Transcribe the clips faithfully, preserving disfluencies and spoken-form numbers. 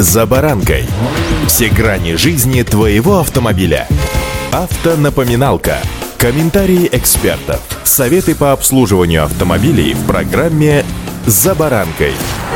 «За баранкой». Все грани жизни твоего автомобиля. Автонапоминалка. Комментарии экспертов. Советы по обслуживанию автомобилей в программе «За баранкой».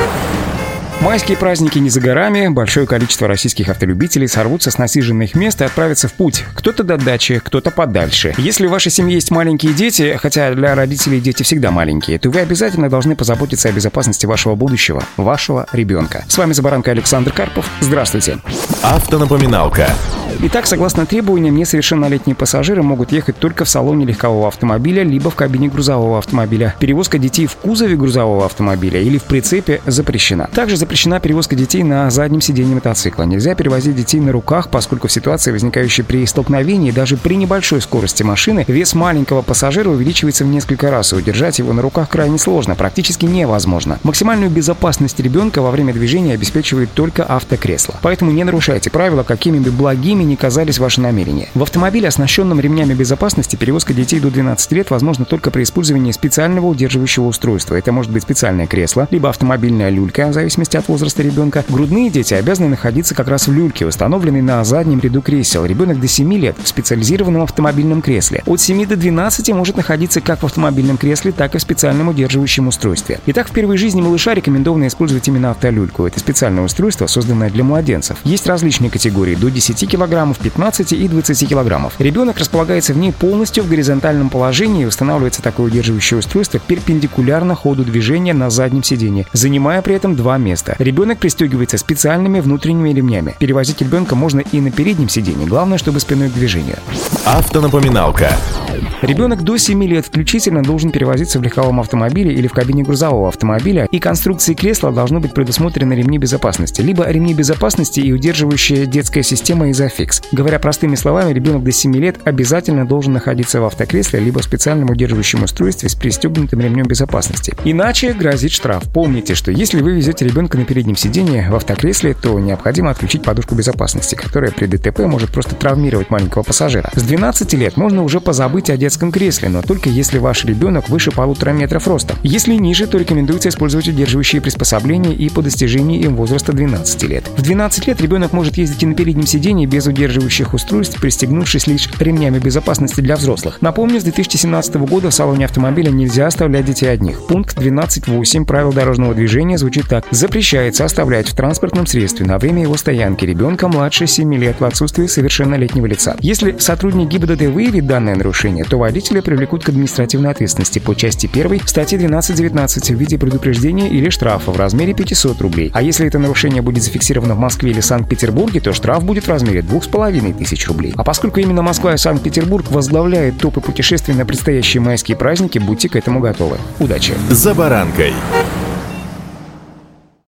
Майские праздники не за горами. Большое количество российских автолюбителей сорвутся с насиженных мест и отправятся в путь. Кто-то до дачи, кто-то подальше. Если в вашей семье есть маленькие дети, хотя для родителей дети всегда маленькие, то вы обязательно должны позаботиться о безопасности вашего будущего, вашего ребенка. С вами «За баранкой» Александр Карпов. Здравствуйте. Автонапоминалка. Итак, согласно требованиям, несовершеннолетние пассажиры могут ехать только в салоне легкового автомобиля либо в кабине грузового автомобиля. Перевозка детей в кузове грузового автомобиля или в прицепе запрещена. Также запрещена перевозка детей на заднем сиденье мотоцикла. Нельзя перевозить детей на руках, поскольку в ситуации, возникающей при столкновении, даже при небольшой скорости машины, вес маленького пассажира увеличивается в несколько раз, и удержать его на руках крайне сложно, практически невозможно. Максимальную безопасность ребенка во время движения обеспечивает только автокресло. Поэтому не нарушайте правила, какими бы благими ни казались ваши намерения. В автомобиле, оснащенном ремнями безопасности, перевозка детей до двенадцати лет возможна только при использовании специального удерживающего устройства. Это может быть специальное кресло, либо автомобильная люлька, в зависимости от возраста ребенка. Грудные дети обязаны находиться как раз в люльке, установленной на заднем ряду кресел. Ребенок до семи лет в специализированном автомобильном кресле. От семи до двенадцати может находиться как в автомобильном кресле, так и в специальном удерживающем устройстве. Итак, в первой жизни малыша рекомендовано использовать именно автолюльку. Это специальное устройство, созданное для младенцев. Есть различные категории до десяти килограммов, пятнадцати и двадцати килограммов. Ребенок располагается в ней полностью в горизонтальном положении, и устанавливается такое удерживающее устройство перпендикулярно ходу движения на заднем сиденье, занимая при этом два места. Ребенок пристегивается специальными внутренними ремнями. Перевозить ребенка можно и на переднем сиденье, главное, чтобы спиной к движению. Автонапоминалка. Ребенок до семи лет включительно должен перевозиться в легковом автомобиле или в кабине грузового автомобиля, и конструкции кресла должны быть предусмотрены ремни безопасности, либо ремни безопасности и удерживающая детская система Isofix. Говоря простыми словами, ребенок до семи лет обязательно должен находиться в автокресле либо в специальном удерживающем устройстве с пристегнутым ремнем безопасности. Иначе грозит штраф. Помните, что если вы везете ребенка на переднем сиденье в автокресле, то необходимо отключить подушку безопасности, которая при ДТП может просто травмировать маленького пассажира. С двенадцати лет можно уже позабыть о детском кресле, но только если ваш ребенок выше полутора метров роста. Если ниже, то рекомендуется использовать удерживающие приспособления и по достижении им возраста двенадцати лет. В двенадцать лет ребенок может ездить и на переднем сиденье без удерживающих устройств, пристегнувшись лишь ремнями безопасности для взрослых. Напомню, с две тысячи семнадцатого года в салоне автомобиля нельзя оставлять детей одних. Пункт двенадцать точка восемь правил дорожного движения звучит так: запрещается оставлять в транспортном средстве на время его стоянки ребенка младше семи лет в отсутствии совершеннолетнего лица. Если сотрудник ГИБДД выявит данное нарушение, то водителя привлекут к административной ответственности по части первой статьи двенадцать девятнадцать в виде предупреждения или штрафа в размере пятисот рублей. А если это нарушение будет зафиксировано в Москве или Санкт-Петербурге, то штраф будет в размере двух с половиной тысяч рублей. А поскольку именно Москва и Санкт-Петербург возглавляют топы путешествий на предстоящие майские праздники, будьте к этому готовы. Удачи! За баранкой.